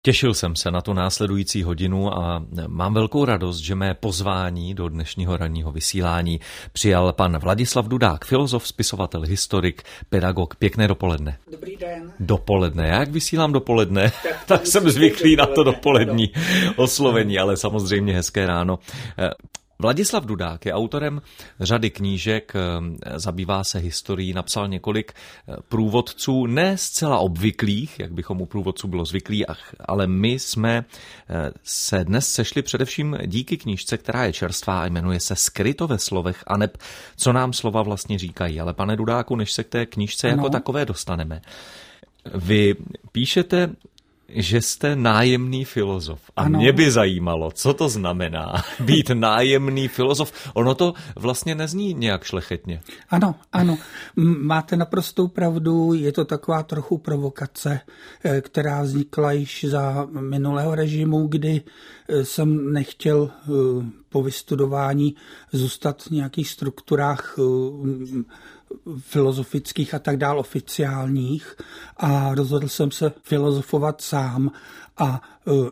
Těšil jsem se na tu následující hodinu a mám velkou radost, že mé pozvání do dnešního ranního vysílání přijal pan Vladislav Dudák, filozof, spisovatel, historik, pedagog. Pěkné dopoledne. Dobrý den. Dopoledne. Já jak vysílám dopoledne, tak jsem zvyklý na to dopolední oslovení, ale samozřejmě hezké ráno. Vladislav Dudák je autorem řady knížek, zabývá se historií, napsal několik průvodců, ne zcela obvyklých, jak bychom u průvodců bylo zvyklí, ale my jsme se dnes sešli především díky knížce, která je čerstvá a jmenuje se Skryto ve slovech, aneb co nám slova vlastně říkají. Ale pane Dudáku, než se k té knížce jako takové dostaneme, vy píšete, že jste nájemný filozof. A mě by zajímalo, co to znamená být nájemný filozof. Ono to vlastně nezní nějak šlechetně. Ano. Máte naprostou pravdu. Je to taková trochu provokace, která vznikla již za minulého režimu, kdy jsem nechtěl po vystudování zůstat v nějakých strukturách filozofických a tak dál oficiálních a rozhodl jsem se filozofovat sám a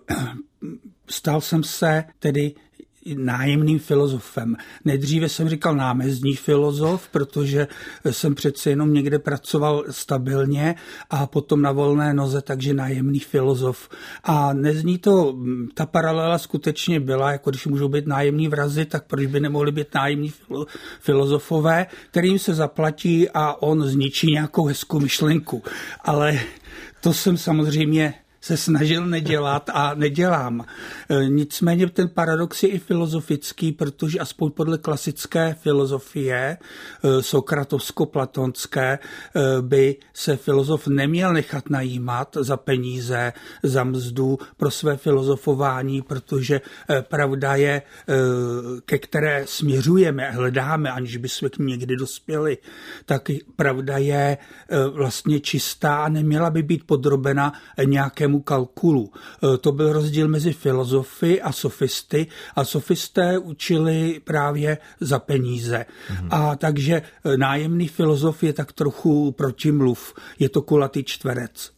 stal jsem se tedy nájemným filozofem. Nejdříve jsem říkal námezdní filozof, protože jsem přece jenom někde pracoval stabilně a potom na volné noze, takže nájemný filozof. A nezní to, ta paralela skutečně byla, jako když můžou být nájemní vrazi, tak proč by nemohli být nájemní filozofové, kterým se zaplatí a on zničí nějakou hezkou myšlenku. Ale to jsem samozřejmě se snažil nedělat a nedělám. Nicméně ten paradox je i filozofický, protože aspoň podle klasické filozofie, sokratovsko-platonské, by se filozof neměl nechat najímat za peníze, za mzdu pro své filozofování, protože pravda je, ke které směřujeme, hledáme, aniž bychom k ní někdy dospěli, tak pravda je vlastně čistá a neměla by být podrobena nějakému kalkulu. To byl rozdíl mezi filozofy a sofisty a sofisté učili právě za peníze. A takže nájemný filozof je tak trochu protimluv. Je to kulatý čtverec.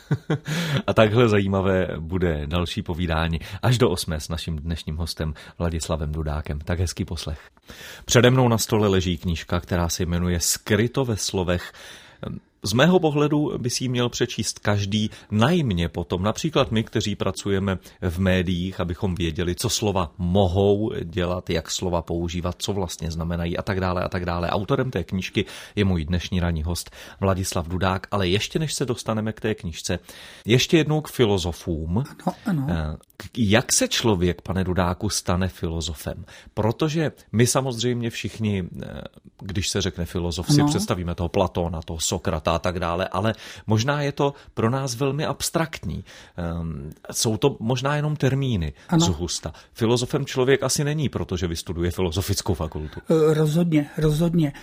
A takhle zajímavé bude další povídání až do 8 s naším dnešním hostem Vladislavem Dudákem. Tak hezký poslech. Přede mnou na stole leží knížka, která se jmenuje Skryto ve slovech. Z mého pohledu by si ji měl přečíst každý, najmě potom, například my, kteří pracujeme v médiích, abychom věděli, co slova mohou dělat, jak slova používat, co vlastně znamenají a tak dále a tak dále. Autorem té knížky je můj dnešní ranní host Vladislav Dudák, ale ještě než se dostaneme k té knížce, ještě jednou k filozofům. Ano. Jak se člověk, pane Dudáku, stane filozofem? Protože my samozřejmě všichni, když se řekne filozof, si představíme toho Platóna, toho Sokrata a tak dále, ale možná je to pro nás velmi abstraktní. Jsou to možná jenom termíny z husta. Filozofem člověk asi není, protože vystuduje filozofickou fakultu. Rozhodně.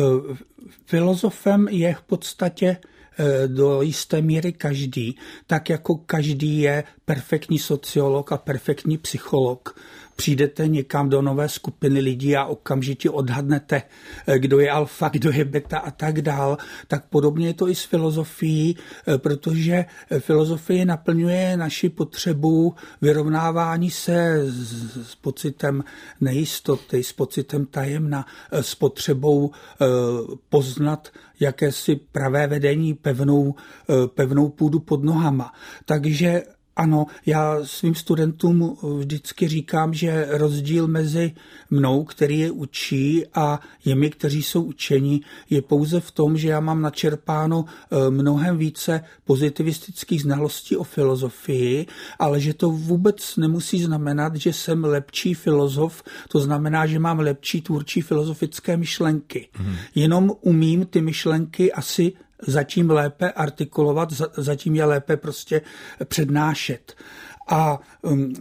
Filozofem je v podstatě do jisté míry každý, tak jako každý je perfektní sociolog a perfektní psycholog. Přijdete někam do nové skupiny lidí a okamžitě odhadnete, kdo je alfa, kdo je beta a tak dál. Tak podobně je to i s filozofií, protože filozofie naplňuje naši potřebu vyrovnávání se s pocitem nejistoty, s pocitem tajemna, s potřebou poznat jakési pravé vedení, pevnou půdu pod nohama. Takže ano, já svým studentům vždycky říkám, že rozdíl mezi mnou, který je učí, a jimi, kteří jsou učeni, je pouze v tom, že já mám načerpáno mnohem více pozitivistických znalostí o filozofii, ale že to vůbec nemusí znamenat, že jsem lepší filozof, to znamená, že mám lepší tvůrčí filozofické myšlenky. Jenom umím ty myšlenky asi zatím lépe artikulovat, zatím je lépe prostě přednášet. A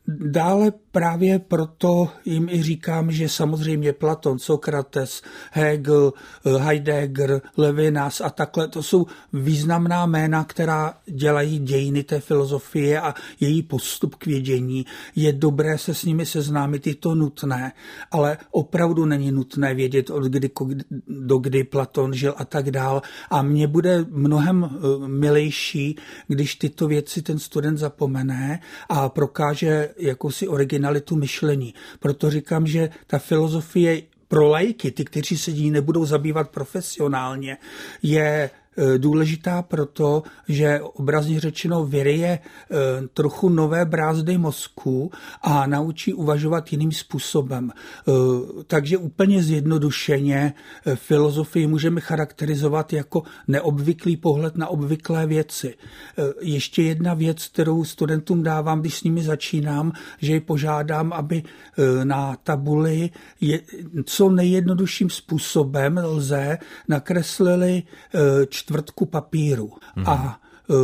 Dále právě proto jim i říkám, že samozřejmě Platon, Sokrates, Hegel, Heidegger, Levinas a takhle, to jsou významná jména, která dělají dějiny té filozofie a její postup k vědění. Je dobré se s nimi seznámit, je to nutné, ale opravdu není nutné vědět, od kdy do kdy Platon žil a tak dál. A mně bude mnohem milejší, když tyto věci ten student zapomene a prokáže jakousi originalitu myšlení. Proto říkám, že ta filozofie pro laiky, ty, kteří se jí nebudou zabývat profesionálně, je důležitá proto, že obrazně řečeno vyryje trochu nové brázdy mozku a naučí uvažovat jiným způsobem. Takže úplně zjednodušeně filozofii můžeme charakterizovat jako neobvyklý pohled na obvyklé věci. Ještě jedna věc, kterou studentům dávám, když s nimi začínám, že je požádám, aby na tabuli co nejjednodušším způsobem lze nakreslili čtvrtku papíru. A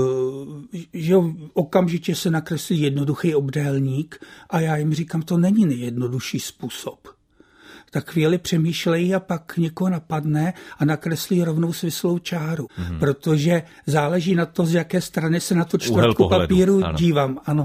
že okamžitě se nakreslí jednoduchý obdélník a já jim říkám, to není nejjednodušší způsob. Tak chvíli přemýšlejí a pak někoho napadne a nakreslí rovnou svislou čáru. Protože záleží na to, z jaké strany se na tu čtvrtku papíru dívám. Ano.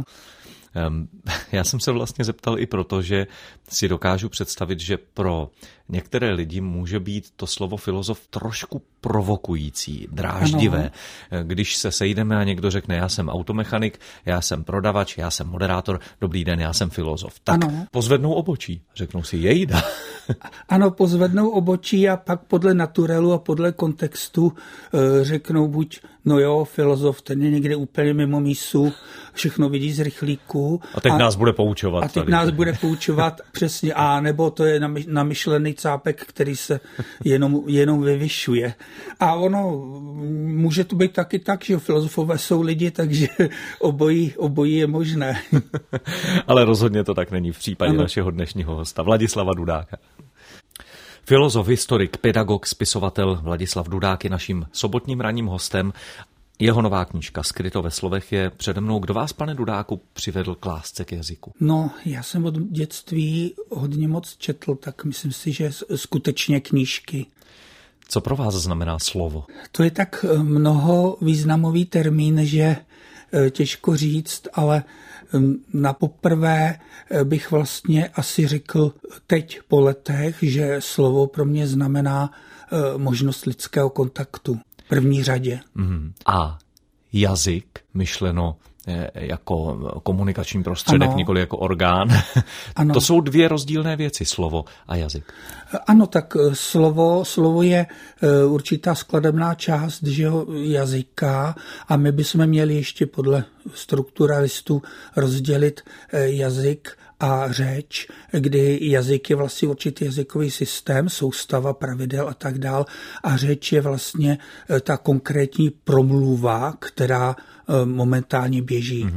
Já jsem se vlastně zeptal i proto, že si dokážu představit, že pro některé lidi může být to slovo filozof trošku provokující, dráždivé. Ano. Když se sejdeme a někdo řekne, já jsem automechanik, já jsem prodavač, já jsem moderátor, dobrý den, já jsem filozof. Tak ano. Pozvednou obočí, řeknou si jejda. Ano, pozvednou obočí a pak podle naturelu a podle kontextu řeknou buď, no jo, filozof, ten je někde úplně mimo mísu, všechno vidí z rychlíku. A teď nás bude poučovat. A teď nás bude poučovat přesně, a nebo to je namyšlený cápek, který se jenom vyvyšuje. A ono, může to být taky tak, že filozofové jsou lidi, takže obojí je možné. Ale rozhodně to tak není v případě našeho dnešního hosta, Vladislava Dudáka. Filozof, historik, pedagog, spisovatel Vladislav Dudák je naším sobotním ranním hostem. Jeho nová knížka Skryto ve slovech je přede mnou. Kdo vás, pane Dudáku, přivedl k lásce k jazyku? No, já jsem od dětství hodně moc četl, tak myslím si, že skutečně knížky. Co pro vás znamená slovo? To je tak mnoho významový termín, že těžko říct, ale na poprvé bych vlastně asi řekl teď po letech, že slovo pro mě znamená možnost lidského kontaktu. V první řadě. A jazyk, myšleno jako komunikační prostředek, nikoli jako orgán. Ano. To jsou dvě rozdílné věci, slovo a jazyk. Ano, tak slovo je určitá skladebná část jazyka a my bychom měli ještě podle strukturalistů rozdělit jazyk a řeč, kdy jazyk je vlastně určitý jazykový systém, soustava pravidel a tak dál a řeč je vlastně ta konkrétní promluva, která momentálně běží.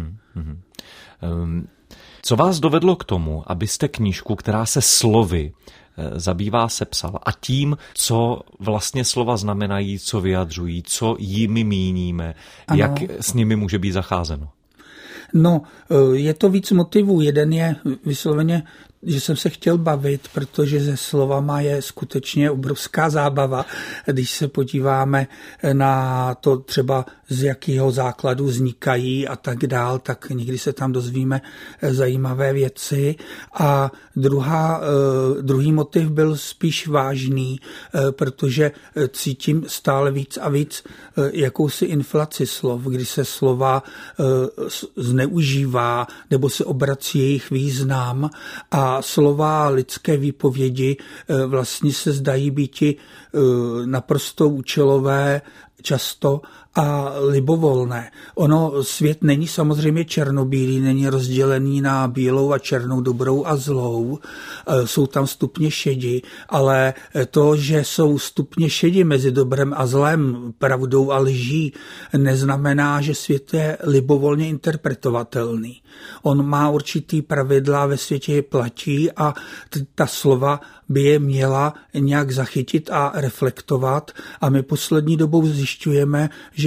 Co vás dovedlo k tomu, abyste knížku, která se slovy zabývá, sepsal a tím, co vlastně slova znamenají, co vyjadřují, co jimi míníme, jak s nimi může být zacházeno? No, je to víc motivů. Jeden je vysloveně, že jsem se chtěl bavit, protože se slovama je skutečně obrovská zábava. Když se podíváme na to třeba, z jakého základu vznikají a tak dál, tak někdy se tam dozvíme zajímavé věci. A druhý motiv byl spíš vážný, protože cítím stále víc a víc jakousi inflaci slov, kdy se slova zneužívá nebo se obrací jejich význam a slova lidské výpovědi vlastně se zdají býti naprosto účelové často a libovolné. Ono, svět není samozřejmě černobílý, není rozdělený na bílou a černou, dobrou a zlou. Jsou tam stupně šedi, ale to, že jsou stupně šedi mezi dobrem a zlem, pravdou a lží, neznamená, že svět je libovolně interpretovatelný. On má určitý pravidla, ve světě je platí a ta slova by je měla nějak zachytit a reflektovat. A my poslední dobou zjišťujeme, že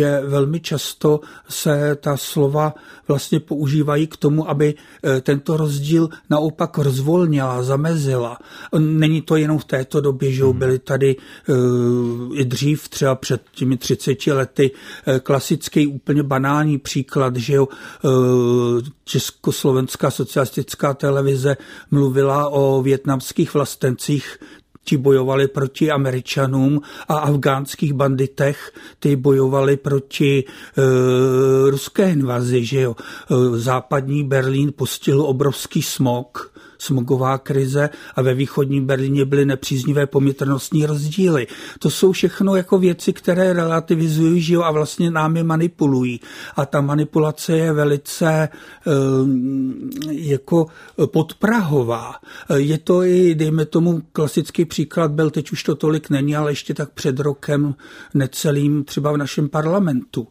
že velmi často se ta slova vlastně používají k tomu, aby tento rozdíl naopak rozvolnila, zamezila. Není to jenom v této době, že byly tady i dřív, třeba před těmi 30 lety, klasický úplně banální příklad, že Československá socialistická televize mluvila o vietnamských vlastencích, ti bojovali proti Američanům, a afgánských banditech, ty bojovali proti ruské invazi, že jo. Západní Berlín postihl obrovský smog, smogová krize, a ve východním Berlíně byly nepříznivé pomětrnostní rozdíly. To jsou všechno jako věci, které relativizují, že jo, a vlastně námi manipulují. A ta manipulace je velice jako podprahová. Je to i, dejme tomu, klasický příklad byl, teď už to tolik není, ale ještě tak před rokem necelým třeba v našem parlamentu.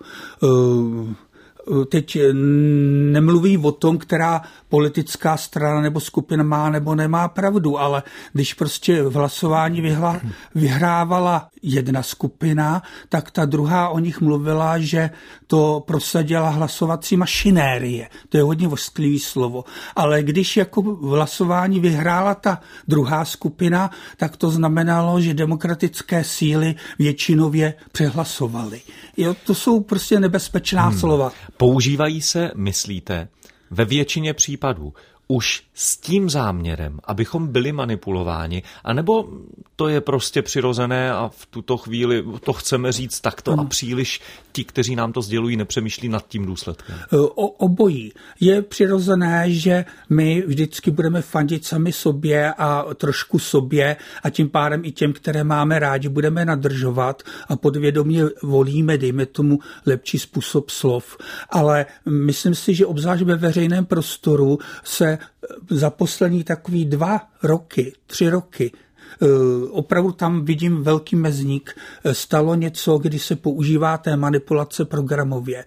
Teď nemluví o tom, která politická strana nebo skupina má nebo nemá pravdu, ale když prostě v hlasování vyhrávala jedna skupina, tak ta druhá o nich mluvila, že to prosadila hlasovací mašinérie. To je hodně ošklivý slovo. Ale když jako v hlasování vyhrála ta druhá skupina, tak to znamenalo, že demokratické síly většinově přehlasovaly. Jo, to jsou prostě nebezpečná slova. Používají se, myslíte, ve většině případů už s tím záměrem, abychom byli manipulováni, anebo to je prostě přirozené a v tuto chvíli to chceme říct takto a příliš ti, kteří nám to sdělují, nepřemýšlí nad tím důsledkem? Obojí. Je přirozené, že my vždycky budeme fandit sami sobě a trošku sobě a tím pádem i těm, které máme rádi, budeme nadržovat a podvědomě volíme, dejme tomu, lepší způsob slov. Ale myslím si, že obzvlášť ve veřejném prostoru se za poslední takový 2 roky, 3 roky opravdu tam vidím velký mezník. Stalo něco, kdy se používá té manipulace programově.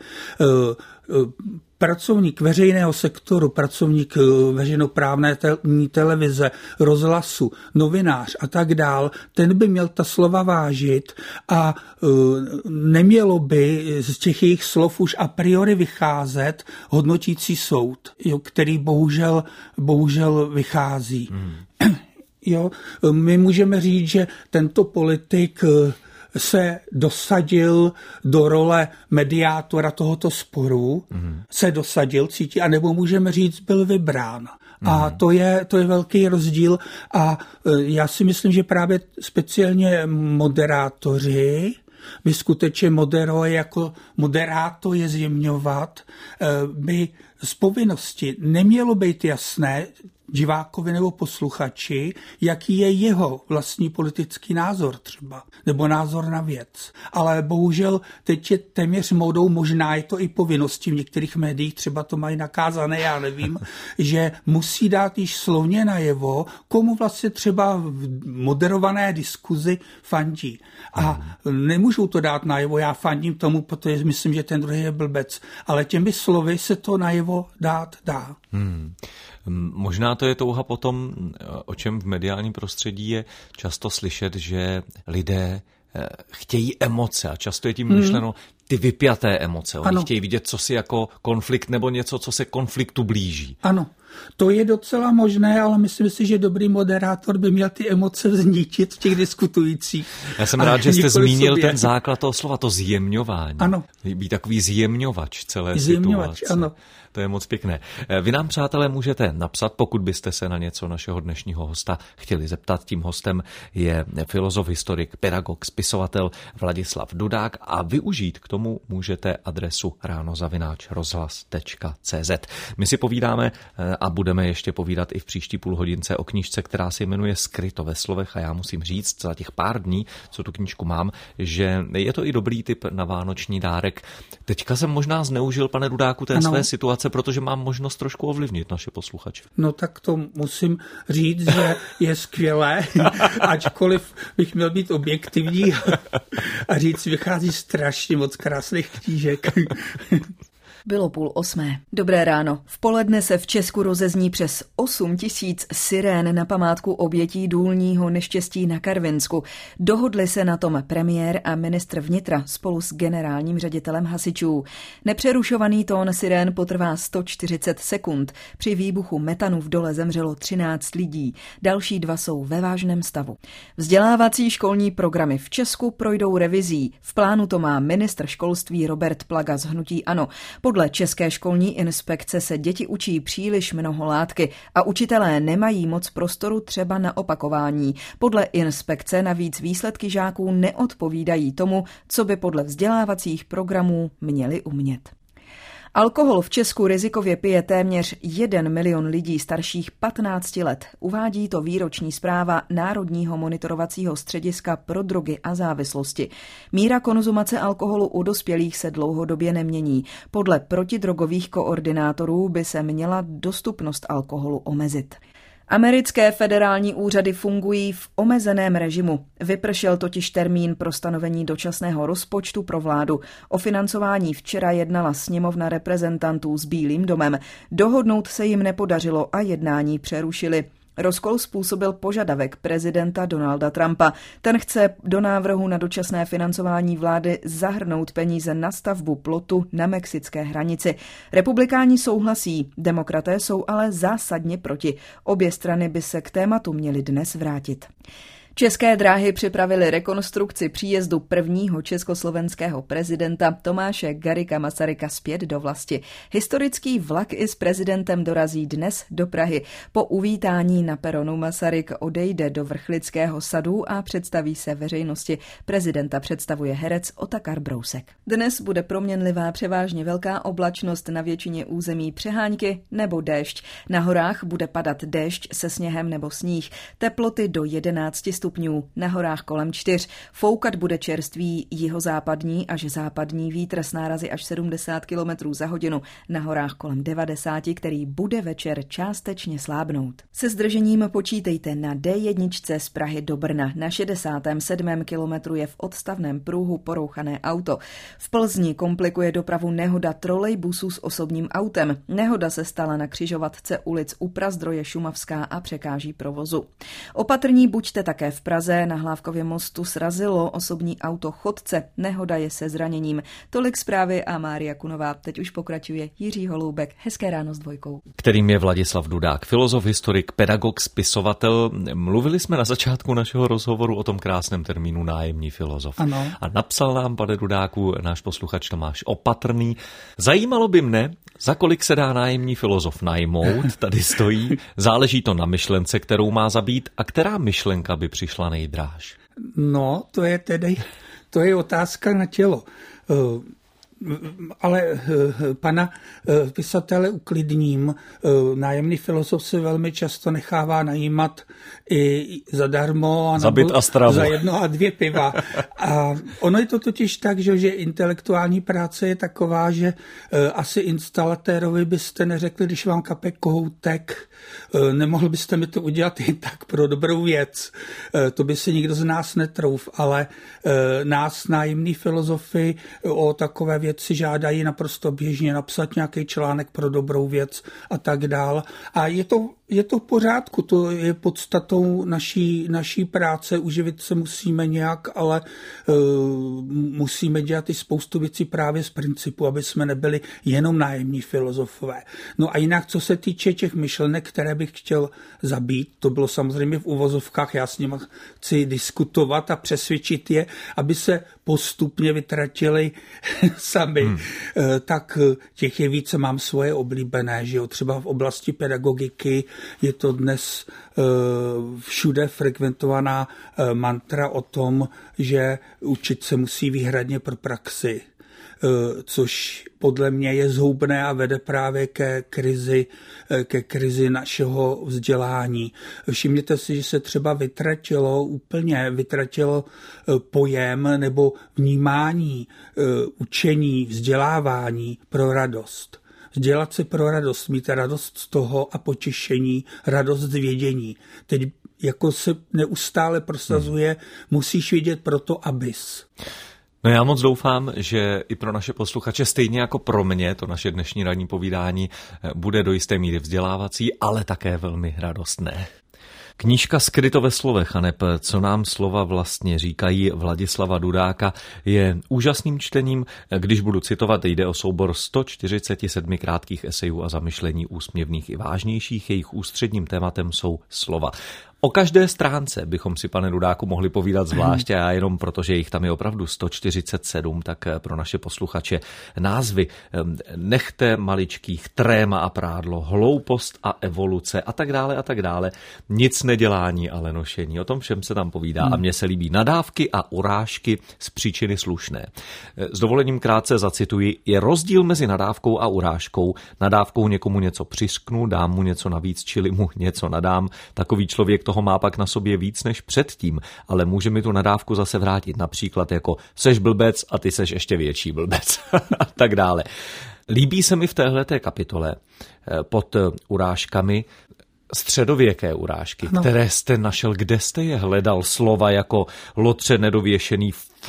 Pracovník veřejného sektoru, pracovník veřejnoprávné televize, rozhlasu, novinář a tak dál, ten by měl ta slova vážit a nemělo by z těch jejich slov už a priori vycházet hodnotící soud, který bohužel vychází. Jo, my můžeme říct, že tento politik se dosadil do role mediátora tohoto sporu, se dosadil, cítí, anebo můžeme říct, byl vybrán. A to je velký rozdíl a já si myslím, že právě speciálně moderátoři by skutečně moderátor je zjemňovat, by z povinnosti nemělo být jasné divákovi nebo posluchači, jaký je jeho vlastní politický názor třeba, nebo názor na věc. Ale bohužel teď je téměř módou, možná je to i povinností v některých médiích, třeba to mají nakázané, já nevím, že musí dát již slovně najevo, komu vlastně třeba v moderované diskuzi fandí. A nemůžou to dát najevo, já fandím tomu, protože myslím, že ten druhý je blbec. Ale těmi slovy se to najevo dát dá. Možná to je touha potom, o čem v mediálním prostředí je často slyšet, že lidé chtějí emoce a často je tím myšleno ty vypjaté emoce. Oni chtějí vidět cosi jako konflikt nebo něco, co se konfliktu blíží. Ano, to je docela možné, ale myslím si, že dobrý moderátor by měl ty emoce vznítit v těch diskutujících. Já jsem rád, že jste zmínil ten základ toho slova, to zjemňování. Ano. Být takový zjemňovač celé situace. Ano. To je moc pěkné. Vy nám, přátelé, můžete napsat, pokud byste se na něco našeho dnešního hosta chtěli zeptat. Tím hostem je filozof, historik, pedagog, spisovatel Vladislav Dudák a využít k tomu můžete adresu ráno@rozhlas.cz. My si povídáme a budeme ještě povídat i v příští půlhodince o knížce, která se jmenuje Skryto ve slovech a já musím říct za těch pár dní, co tu knížku mám, že je to i dobrý tip na vánoční dárek. Teďka jsem možná zneužil, pane Dudáku, té své situace, protože mám možnost trošku ovlivnit naše posluchače. No tak to musím říct, že je skvělé, ačkoliv bych měl být objektivní a říct, vychází strašně moc krásných knížek. Bylo 7:30. Dobré ráno. V poledne se v Česku rozezní přes 8 000 sirén na památku obětí důlního neštěstí na Karvinsku. Dohodli se na tom premiér a ministr vnitra spolu s generálním ředitelem hasičů. Nepřerušovaný tón sirén potrvá 140 sekund. Při výbuchu metanu v dole zemřelo 13 lidí. Další 2 jsou ve vážném stavu. Vzdělávací školní programy v Česku projdou revizí. V plánu to má ministr školství Robert Plaga z hnutí ANO. Podle České školní inspekce se děti učí příliš mnoho látky a učitelé nemají moc prostoru třeba na opakování. Podle inspekce navíc výsledky žáků neodpovídají tomu, co by podle vzdělávacích programů měli umět. Alkohol v Česku rizikově pije téměř 1 milion lidí starších 15 let. Uvádí to výroční zpráva Národního monitorovacího střediska pro drogy a závislosti. Míra konzumace alkoholu u dospělých se dlouhodobě nemění. Podle protidrogových koordinátorů by se měla dostupnost alkoholu omezit. Americké federální úřady fungují v omezeném režimu. Vypršel totiž termín pro stanovení dočasného rozpočtu pro vládu. O financování včera jednala sněmovna reprezentantů s Bílým domem. Dohodnout se jim nepodařilo a jednání přerušili. Rozkol způsobil požadavek prezidenta Donalda Trumpa. Ten chce do návrhu na dočasné financování vlády zahrnout peníze na stavbu plotu na mexické hranici. Republikáni souhlasí, demokraté jsou ale zásadně proti. Obě strany by se k tématu měly dnes vrátit. České dráhy připravily rekonstrukci příjezdu prvního československého prezidenta Tomáše Garrigua Masaryka zpět do vlasti. Historický vlak i s prezidentem dorazí dnes do Prahy. Po uvítání na peronu Masaryk odejde do Vrchlického sadu a představí se veřejnosti. Prezidenta představuje herec Otakar Brousek. Dnes bude proměnlivá převážně velká oblačnost, na většině území přehánky nebo déšť. Na horách bude padat déšť se sněhem nebo sníh. Teploty do 11 stupňů, na horách kolem 4. Foukat bude čerstvý jihozápadní až západní vítr s nárazy až 70 km za hodinu, na horách kolem 90, který bude večer částečně slábnout. Se zdržením počítejte na D1 z Prahy do Brna. Na 67. kilometru je v odstavném pruhu porouchané auto. V Plzni komplikuje dopravu nehoda trolejbusu s osobním autem. Nehoda se stala na křižovatce ulic u Prazdroje Šumavská a překáží provozu. Opatrní buďte také v Praze. Na Hlávkově mostu srazilo osobní auto chodce. Nehoda je se zraněním. Tolik zprávy a Mária Kunová. Teď už pokračuje Jiří Holoubek. Hezké ráno s dvojkou. Kterým je Vladislav Dudák, filozof, historik, pedagog, spisovatel. Mluvili jsme na začátku našeho rozhovoru o tom krásném termínu nájemní filozof. Ano. A napsal nám, pane Dudáku, náš posluchač Tomáš Opatrný. Zajímalo by mne, za kolik se dá nájemní filozof najmout, tady stojí. Záleží to na myšlence, kterou má zabít, a která myšlenka by přišla nejdráž. No, to je otázka na tělo. Ale pana pisatele uklidním, nájemný filozof se velmi často nechává najímat i zadarmo a za 1 a 2 piva. A ono je to totiž tak, že intelektuální práce je taková, že asi instalatérovi byste neřekli, když vám kape kohoutek, nemohl byste mi to udělat jen tak pro dobrou věc. To by si nikdo z nás netrouf, ale nás nájemní filozofy o takové věci žádají naprosto běžně, napsat nějaký článek pro dobrou věc a tak dál. A je to v pořádku, to je podstatou naší práce, uživit se musíme nějak, ale musíme dělat i spoustu věcí právě z principu, aby jsme nebyli jenom nájemní filozofové. No a jinak, co se týče těch myšlenek, které bych chtěl zabít, to bylo samozřejmě v uvozovkách, já s nimi chci diskutovat a přesvědčit je, aby se postupně vytratili sami, tak těch je více, mám svoje oblíbené, že jo, třeba v oblasti pedagogiky je to dnes všude frekventovaná mantra o tom, že učit se musí výhradně pro praxi, což podle mě je zhoubné a vede právě ke krizi našeho vzdělání. Všimněte si, že se třeba vytratilo pojem nebo vnímání učení, vzdělávání pro radost. Vzdělat se pro radost, mít radost z toho a potěšení, radost z vědění. Teď jako se neustále prosazuje, musíš vědět proto, abys. No já moc doufám, že i pro naše posluchače, stejně jako pro mě, to naše dnešní ranní povídání bude do jisté míry vzdělávací, ale také velmi radostné. Knížka Skryto ve slovech, aneb co nám slova vlastně říkají, Vladislava Dudáka, je úžasným čtením. Když budu citovat, jde o soubor 147 krátkých esejů a zamyšlení úsměvných i vážnějších. Jejich ústředním tématem jsou slova. O každé stránce bychom si, pane Dudáku, mohli povídat zvláště a jenom protože jich tam je opravdu 147, tak pro naše posluchače názvy Nechte maličkých, Tréma a prádlo, Hloupost a evoluce a tak dále. Nic nedělání, ale nošení. O tom všem se tam povídá a mně se líbí nadávky a urážky z příčiny slušné. S dovolením krátce zacituji, je rozdíl mezi nadávkou a urážkou. Nadávkou někomu něco přisknu, dám mu něco navíc, čili mu něco nadám. Takový člověk toho má pak na sobě víc než předtím, ale může mi tu nadávku zase vrátit, například jako seš blbec a ty seš ještě větší blbec a tak dále. Líbí se mi v téhleté kapitole pod urážkami středověké urážky, které jste našel, kde jste je hledal, slova jako lotře nedověšený,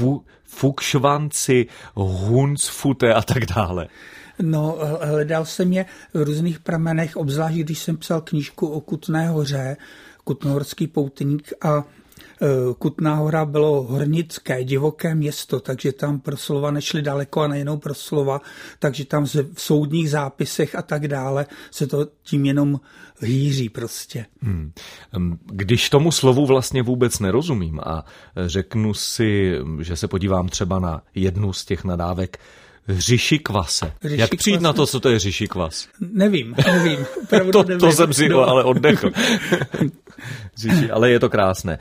fukšvanci, hunsfute a tak dále. No, hledal jsem je v různých pramenech, obzvlášť když jsem psal knížku o Kutné hoře, Kutnohorský poutník, a Kutná hora bylo hornické, divoké město, takže tam pro slova nešli daleko a nejenom pro slova, takže tam v soudních zápisech a tak dále se to tím jenom hýří prostě. Když tomu slovu vlastně vůbec nerozumím a řeknu si, že se podívám třeba na jednu z těch nadávek, Hřišikvase. Jak přijít na to, co to je hřišikvas? Nevím. To jsem si ale oddechl. Ale je to krásné.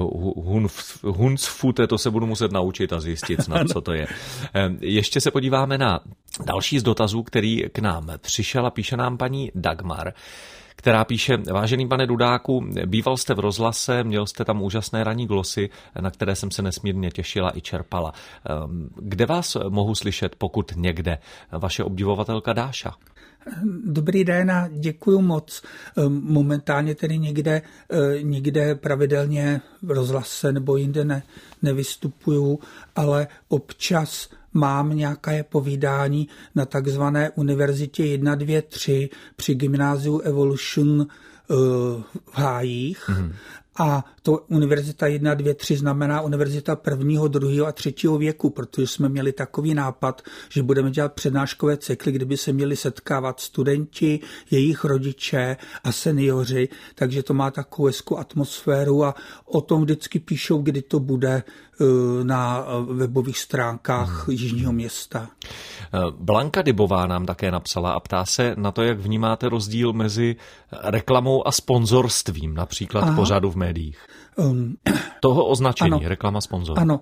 Hunsfute, to se budu muset naučit a zjistit snad, co to je. Ještě se podíváme na další z dotazů, který k nám přišel a píše nám paní Dagmar, která píše, vážený pane Dudáku, býval jste v rozhlase, měl jste tam úžasné ranní glosy, na které jsem se nesmírně těšila i čerpala. Kde vás mohu slyšet, pokud někde? Vaše obdivovatelka Dáša. Dobrý den a děkuju moc. Momentálně tedy někde pravidelně v rozhlase nebo jinde nevystupuju, ale občas mám nějaké povídání na takzvané univerzitě 1, 2, 3 při gymnáziu Evolution v Hájích. A to univerzita 1, 2, 3 znamená univerzita 1., 2. a 3. věku, protože jsme měli takový nápad, že budeme dělat přednáškové cykly, kdyby se měli setkávat studenti, jejich rodiče a seniori, takže to má takovou hezkou atmosféru a o tom vždycky píšou, kdy to bude na webových stránkách Jižního Města. Blanka Dybová nám také napsala a ptá se na to, jak vnímáte rozdíl mezi reklamou a sponzorstvím, například pořadu v médiích. Toho označení, ano, reklama sponzor. Ano,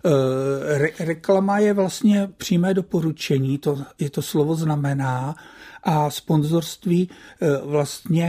reklama je vlastně přímé doporučení, to slovo znamená, a sponzorství vlastně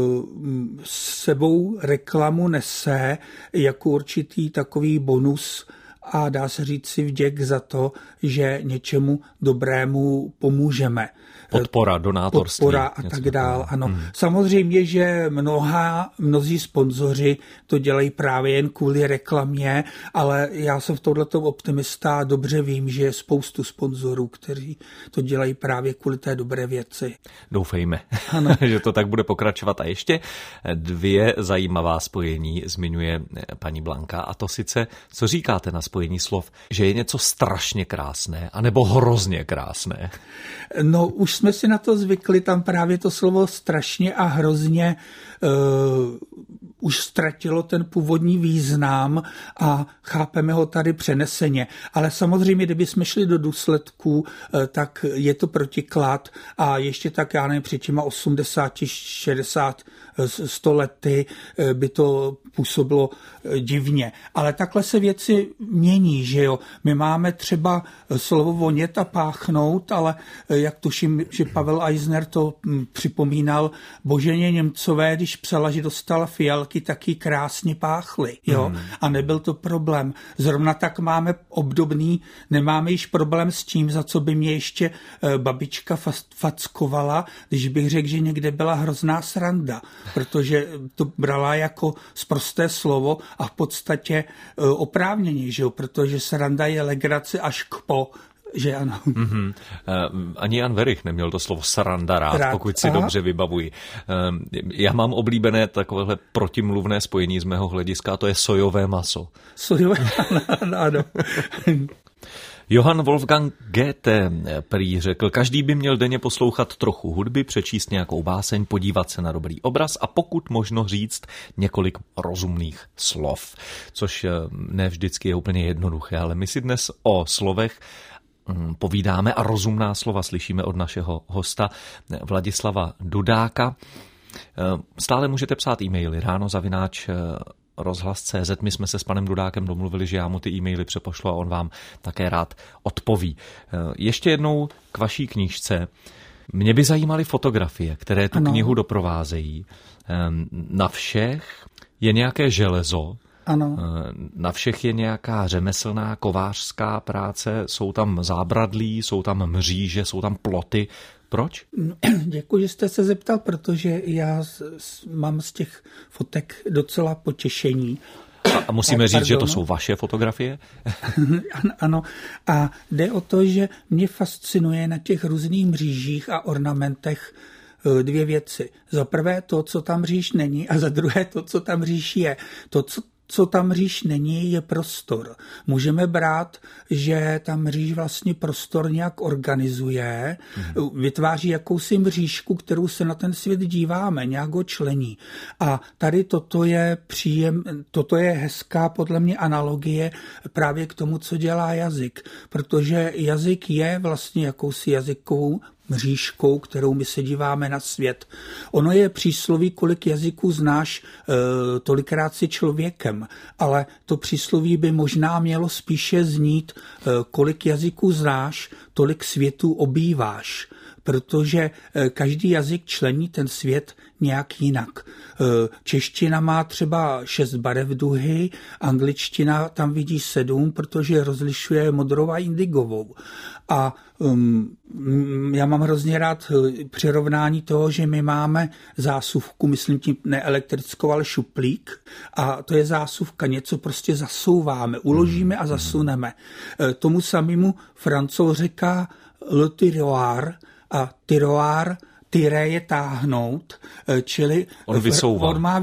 s sebou reklamu nese jako určitý takový bonus a dá se říct si vděk za to, že něčemu dobrému pomůžeme. Podpora, donátorství. Podpora a tak dál, ano. Samozřejmě, že mnozí sponzoři to dělají právě jen kvůli reklamě, ale já jsem v tomhletom optimista a dobře vím, že je spoustu sponzorů, kteří to dělají právě kvůli té dobré věci. Doufejme, že to tak bude pokračovat. A ještě 2 zajímavá spojení zmiňuje paní Blanka, a to sice, co říkáte na spojení slov, že je něco strašně krásné, anebo hrozně krásné. No, už jsme si na to zvykli, tam právě to slovo strašně a hrozně už ztratilo ten původní význam a chápeme ho tady přeneseně. Ale samozřejmě, kdybychom šli do důsledků, tak je to protiklad a ještě tak, já nevím, před těma 80, 60, 100 lety by to působilo divně. Ale takhle se věci mění, že jo. My máme třeba slovo vonět a páchnout, ale jak tuším, že Pavel Eisner to připomínal Boženě Němcové, když psala, že dostala fialky, jazyky taky krásně páchly, jo, a nebyl to problém. Zrovna tak máme obdobný, nemáme již problém s tím, za co by mě ještě babička fackovala, když bych řekl, že někde byla hrozná sranda, protože to brala jako sprosté slovo a v podstatě oprávněně, že jo, protože sranda je legrace až k po, že ano. Ani Jan Werich neměl to slovo sranda rád, pokud si dobře vybavuji. Já mám oblíbené takovéhle protimluvné spojení z mého hlediska, a to je sojové maso. Sojové, ano. Johann Wolfgang Goethe prý řekl, každý by měl denně poslouchat trochu hudby, přečíst nějakou báseň, podívat se na dobrý obraz a pokud možno říct několik rozumných slov. Což ne vždycky je úplně jednoduché, ale my si dnes o slovech povídáme a rozumná slova slyšíme od našeho hosta Vladislava Dudáka. Stále můžete psát e-maily ráno@rozhlas.cz. My jsme se s panem Dudákem domluvili, že já mu ty e-maily přepošlu a on vám také rád odpoví. Ještě jednou k vaší knížce. Mě by zajímaly fotografie, které tu knihu doprovázejí. Na všech je nějaké železo, ano. Na všech je nějaká řemeslná kovářská práce, jsou tam zábradlí, jsou tam mříže, jsou tam ploty. Proč? Děkuji, že jste se zeptal, protože já mám z těch fotek docela potěšení. A musíme říct, že to jsou vaše fotografie? Ano. A jde o to, že mě fascinuje na těch různých mřížích a ornamentech dvě věci. Za prvé to, co tam mříž není, a za druhé to, co tam mříž je. To, co tam mříž není, je prostor. Můžeme brát, že ta mříž vlastně prostor nějak organizuje, vytváří jakousi mřížku, kterou se na ten svět díváme, nějak ho člení. A tady toto je hezká podle mě analogie právě k tomu, co dělá jazyk. Protože jazyk je vlastně jakousi jazykovou mřížkou, kterou my se díváme na svět. Ono je přísloví, kolik jazyků znáš, tolikrát si člověkem, ale to přísloví by možná mělo spíše znít, kolik jazyků znáš, tolik světů obýváš, protože každý jazyk člení ten svět nějak jinak. Čeština má třeba 6 barev duhy, angličtina tam vidí 7, protože rozlišuje modrou a indigovou. A já mám hrozně rád přirovnání toho, že my máme zásuvku, myslím tím neelektrickou, ale šuplík, a to je zásuvka, něco prostě zasouváme, uložíme a zasuneme. Tomu samému Francouz říká le tiroir, a tiroir, tyré je táhnout, čili on má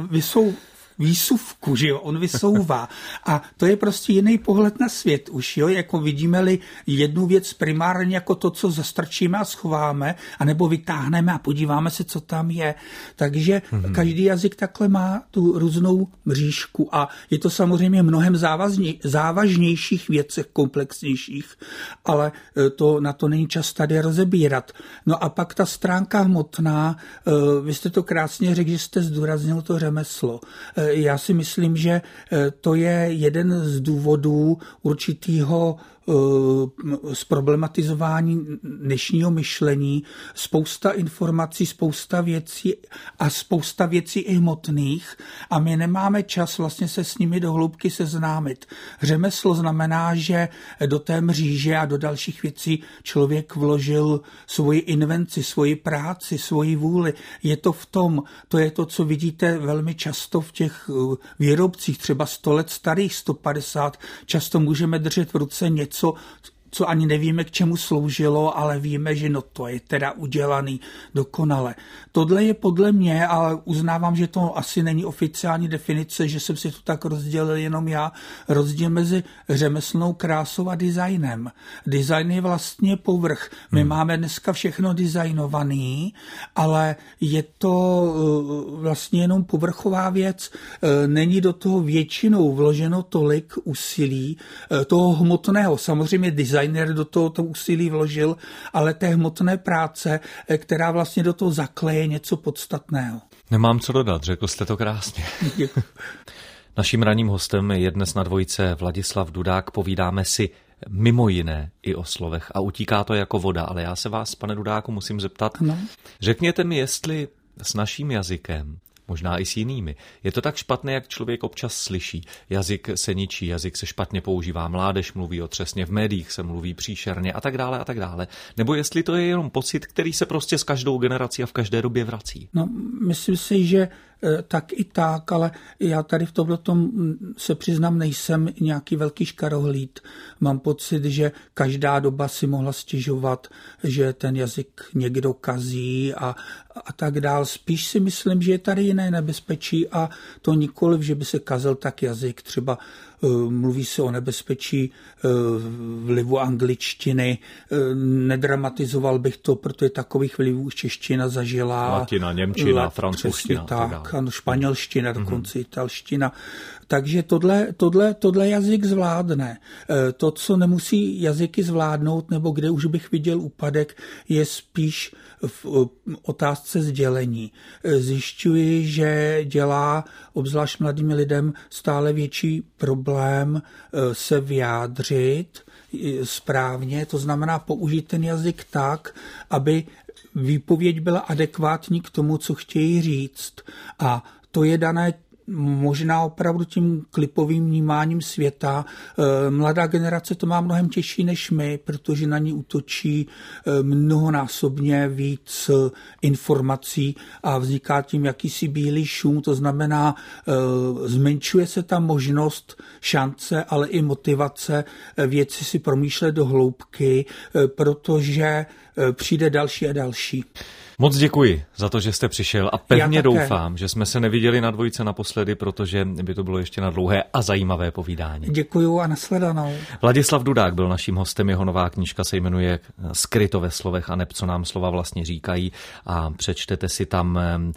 výsuvku, že jo, on vysouvá. A to je prostě jiný pohled na svět už, jo, jako vidíme-li jednu věc primárně jako to, co zastrčíme a schováme, anebo vytáhneme a podíváme se, co tam je. Takže každý jazyk takhle má tu různou mřížku a je to samozřejmě mnohem závažnějších věcech, komplexnějších, ale na to není čas tady rozebírat. No a pak ta stránka hmotná, vy jste to krásně řekl, že jste zdůraznil to řemeslo. Já si myslím, že to je jeden z důvodů určitého zproblematizování dnešního myšlení, spousta informací, spousta věcí i hmotných a my nemáme čas vlastně se s nimi do hloubky seznámit. Řemeslo znamená, že do té mříže a do dalších věcí člověk vložil svoji invenci, svoji práci, svoji vůli. Je to v tom, to je to, co vidíte velmi často v těch výrobcích, třeba 100 let starých, 150, často můžeme držet v ruce něco, co ani nevíme, k čemu sloužilo, ale víme, že no to je teda udělaný dokonale. Tohle je podle mě, ale uznávám, že to asi není oficiální definice, že jsem si to tak rozdělil jenom já, rozdíl mezi řemeslnou krásou a designem. Design je vlastně povrch. My máme dneska všechno designovaný, ale je to vlastně jenom povrchová věc. Není do toho většinou vloženo tolik úsilí toho hmotného. Samozřejmě designer do toho to úsilí vložil, ale té hmotné práce, která vlastně do toho zakleje něco podstatného. Nemám co dodat, řekl jste to krásně. Naším ranním hostem je dnes na dvojce Vladislav Dudák. Povídáme si mimo jiné i o slovech a utíká to jako voda, ale já se vás, pane Dudáku, musím zeptat. Ano. Řekněte mi, jestli s naším jazykem možná i s jinými. Je to tak špatné, jak člověk občas slyší. Jazyk se ničí, jazyk se špatně používá, mládež mluví otřesně, v médiích se mluví příšerně a tak dále a tak dále. Nebo jestli to je jenom pocit, který se prostě s každou generací a v každé době vrací. No, myslím si, že tak i tak, ale já tady v tomhletom se přiznám, nejsem nějaký velký škarohlíd. Mám pocit, že každá doba si mohla stěžovat, že ten jazyk někdo kazí a tak dál. Spíš si myslím, že je tady jiné nebezpečí a to nikoliv, že by se kazil tak jazyk. Třeba mluví se o nebezpečí vlivu angličtiny. Nedramatizoval bych to, protože takových vlivů už čeština zažila. Latina, němčina, francouzština. Tak, ano, španělština, dokonce italština. Takže tohle jazyk zvládne. To, co nemusí jazyky zvládnout, nebo kde už bych viděl úpadek, je spíš v otázce sdělení. Zjišťuji, že dělá obzvlášť mladým lidem stále větší problém se vyjádřit správně, to znamená použít ten jazyk tak, aby výpověď byla adekvátní k tomu, co chtějí říct. A to je dané možná opravdu tím klipovým vnímáním světa. Mladá generace to má mnohem těžší než my, protože na ní útočí mnohonásobně víc informací a vzniká tím jakýsi bílý šum, to znamená, zmenšuje se ta možnost, šance, ale i motivace věci si promýšlet do hloubky, protože přijde další a další. Moc děkuji za to, že jste přišel a pevně doufám, že jsme se neviděli na dvojce naposledy, protože by to bylo ještě na dlouhé a zajímavé povídání. Děkuju a nashledanou. Vladislav Dudák byl naším hostem, jeho nová knížka se jmenuje Skryto ve slovech a neb, co nám slova vlastně říkají a přečtete si tam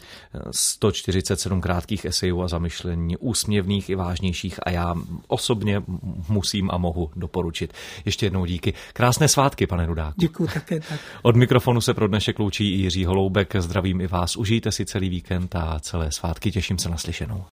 147 krátkých esejů a zamyšlení, úsměvných i vážnějších a já osobně musím a mohu doporučit. Ještě jednou díky. Krásné svátky, pane Dudáku. Děkuju také tak. Od mikrofonu se pro dnešek loučí i Jiří Holoubek. Zdravím i vás, užijte si celý víkend a celé svátky, těším se na slyšenou.